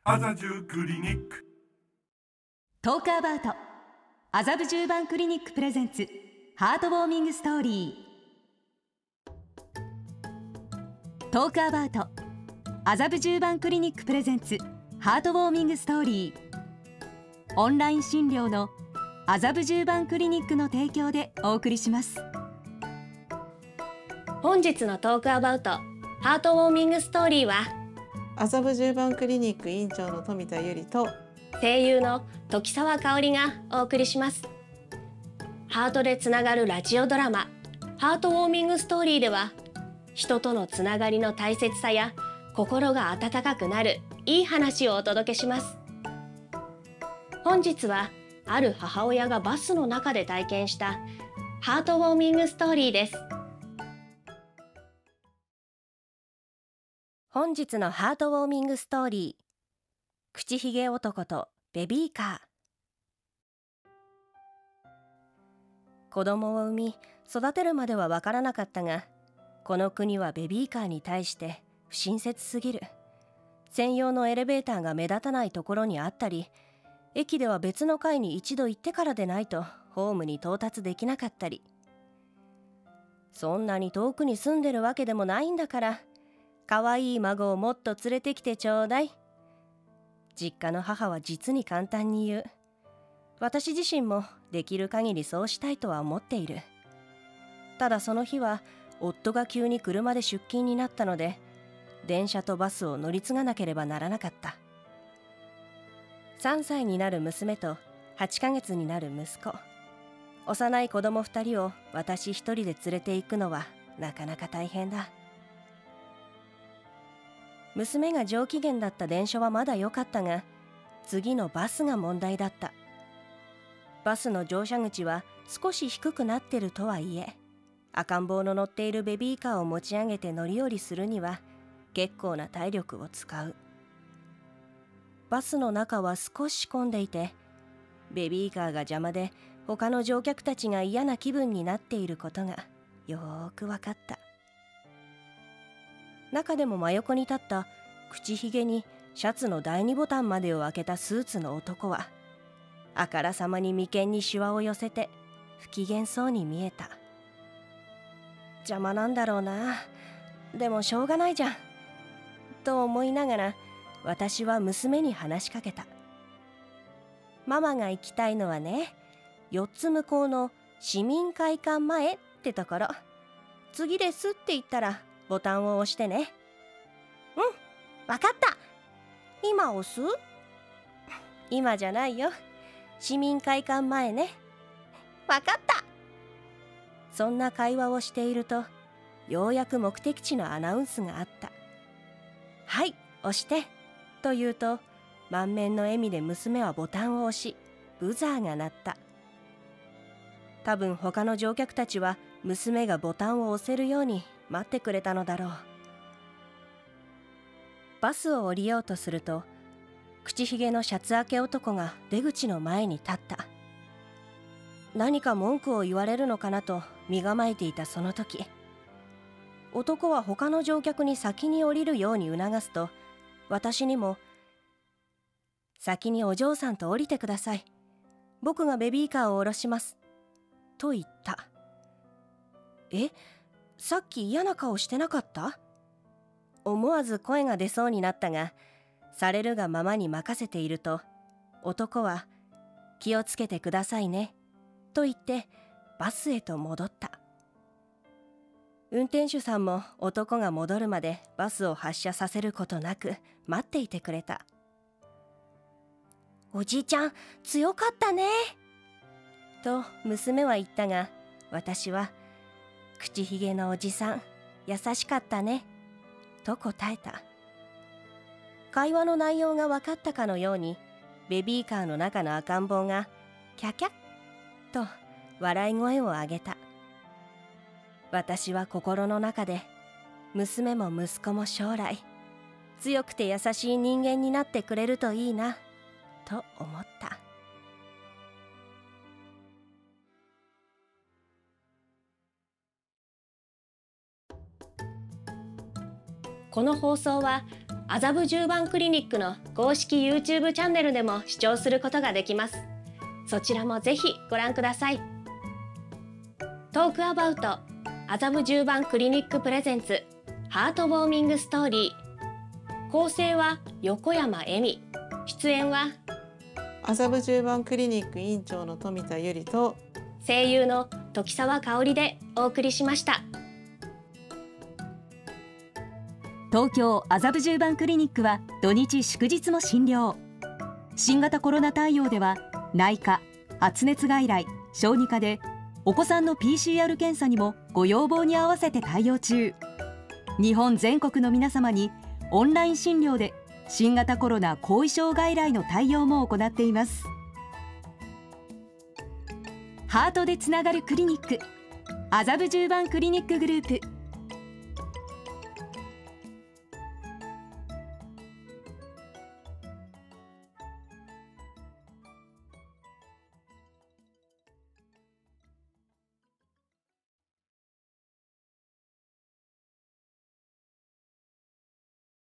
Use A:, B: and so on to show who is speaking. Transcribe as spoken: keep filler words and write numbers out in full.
A: 麻布クリニック
B: トークアバウト麻布十番クリニックプレゼンツハートウォーミングストーリー。トークアバウト麻布十番クリニックプレゼンツハートウォーミングストーリー。オンライン診療の麻布十番クリニックの提供でお送りします。
C: 本日のトークアバウトハートウォーミングストーリーは、
D: 麻布十番クリニック院長の富田由里と
C: 声優の時沢香織がお送りします。ハートでつながるラジオドラマハートウォーミングストーリーでは、人とのつながりの大切さや心が温かくなるいい話をお届けします。本日はある母親がバスの中で体験したハートウォーミングストーリーです。本日のハートウォーミングストーリー、口ひげ男とベビーカー。子供を産み育てるまでは分からなかったが、この国はベビーカーに対して不親切すぎる。専用のエレベーターが目立たないところにあったり、駅では別の階に一度行ってからでないとホームに到達できなかったり、そんなに遠くに住んでるわけでもないんだから、かわいい孫をもっと連れてきてちょうだい。実家の母は実に簡単に言う。私自身もできる限りそうしたいとは思っている。ただその日は夫が急に車で出勤になったので、電車とバスを乗り継がなければならなかった。さんさいになる娘とはちかげつになる息子、幼い子供ふたりを私一人で連れて行くのはなかなか大変だ。娘が上機嫌だった電車はまだ良かったが、次のバスが問題だった。バスの乗車口は少し低くなってるとはいえ、赤ん坊の乗っているベビーカーを持ち上げて乗り降りするには結構な体力を使う。バスの中は少し混んでいて、ベビーカーが邪魔で他の乗客たちが嫌な気分になっていることがよーく分かった。中でも真横に立った口ひげにシャツの第二ボタンまでを開けたスーツの男は、あからさまに眉間にシワを寄せて不機嫌そうに見えた。邪魔なんだろうな、でもしょうがないじゃんと思いながら、私は娘に話しかけた。ママが行きたいのはね、よっつ向こうの市民会館前ってところ。次ですって言ったらボタンを押してね。うん、わかった。今押す？今じゃないよ。市民会館前ね。わかった。そんな会話をしていると、ようやく目的地のアナウンスがあった。はい、押してと言うと、満面の笑みで娘はボタンを押し、ブザーが鳴った。多分他の乗客たちは娘がボタンを押せるように待ってくれたのだろう。バスを降りようとすると、口ひげのシャツ明け男が出口の前に立った。何か文句を言われるのかなと身構えていたその時、男は他の乗客に先に降りるように促すと、私にも先にお嬢さんと降りてください。僕がベビーカーを降ろします。と言った。え、さっき嫌な顔してなかった？思わず声が出そうになったが、されるがままに任せていると、男は気をつけてくださいね。と言ってバスへと戻った。運転手さんも男が戻るまでバスを発車させることなく待っていてくれた。おじいちゃん、強かったね。と娘は言ったが、私は口ひげのおじさん、優しかったね。と答えた。会話の内容が分かったかのように、ベビーカーの中の赤ん坊がキャキャッと笑い声を上げた。私は心の中で、娘も息子も将来強くて優しい人間になってくれるといいなと思った。この放送は麻布十番クリニックの公式 YouTube チャンネルでも視聴することができます。そちらもぜひご覧ください。トークアバウト麻布十番クリニックプレゼンツハートウォーミングストーリー。構成は横山恵美、出演は
D: 麻布十番クリニック院長の富田由里と
C: 声優の時沢香織でお送りしました。
B: 東京麻布十番クリニックは土日祝日も診療。新型コロナ対応では内科、発熱外来、小児科でお子さんの ピーシーアール 検査にもご要望に合わせて対応中。日本全国の皆様にオンライン診療で新型コロナ後遺症外来の対応も行っています。ハートでつながるクリニック、麻布十番クリニックグループ。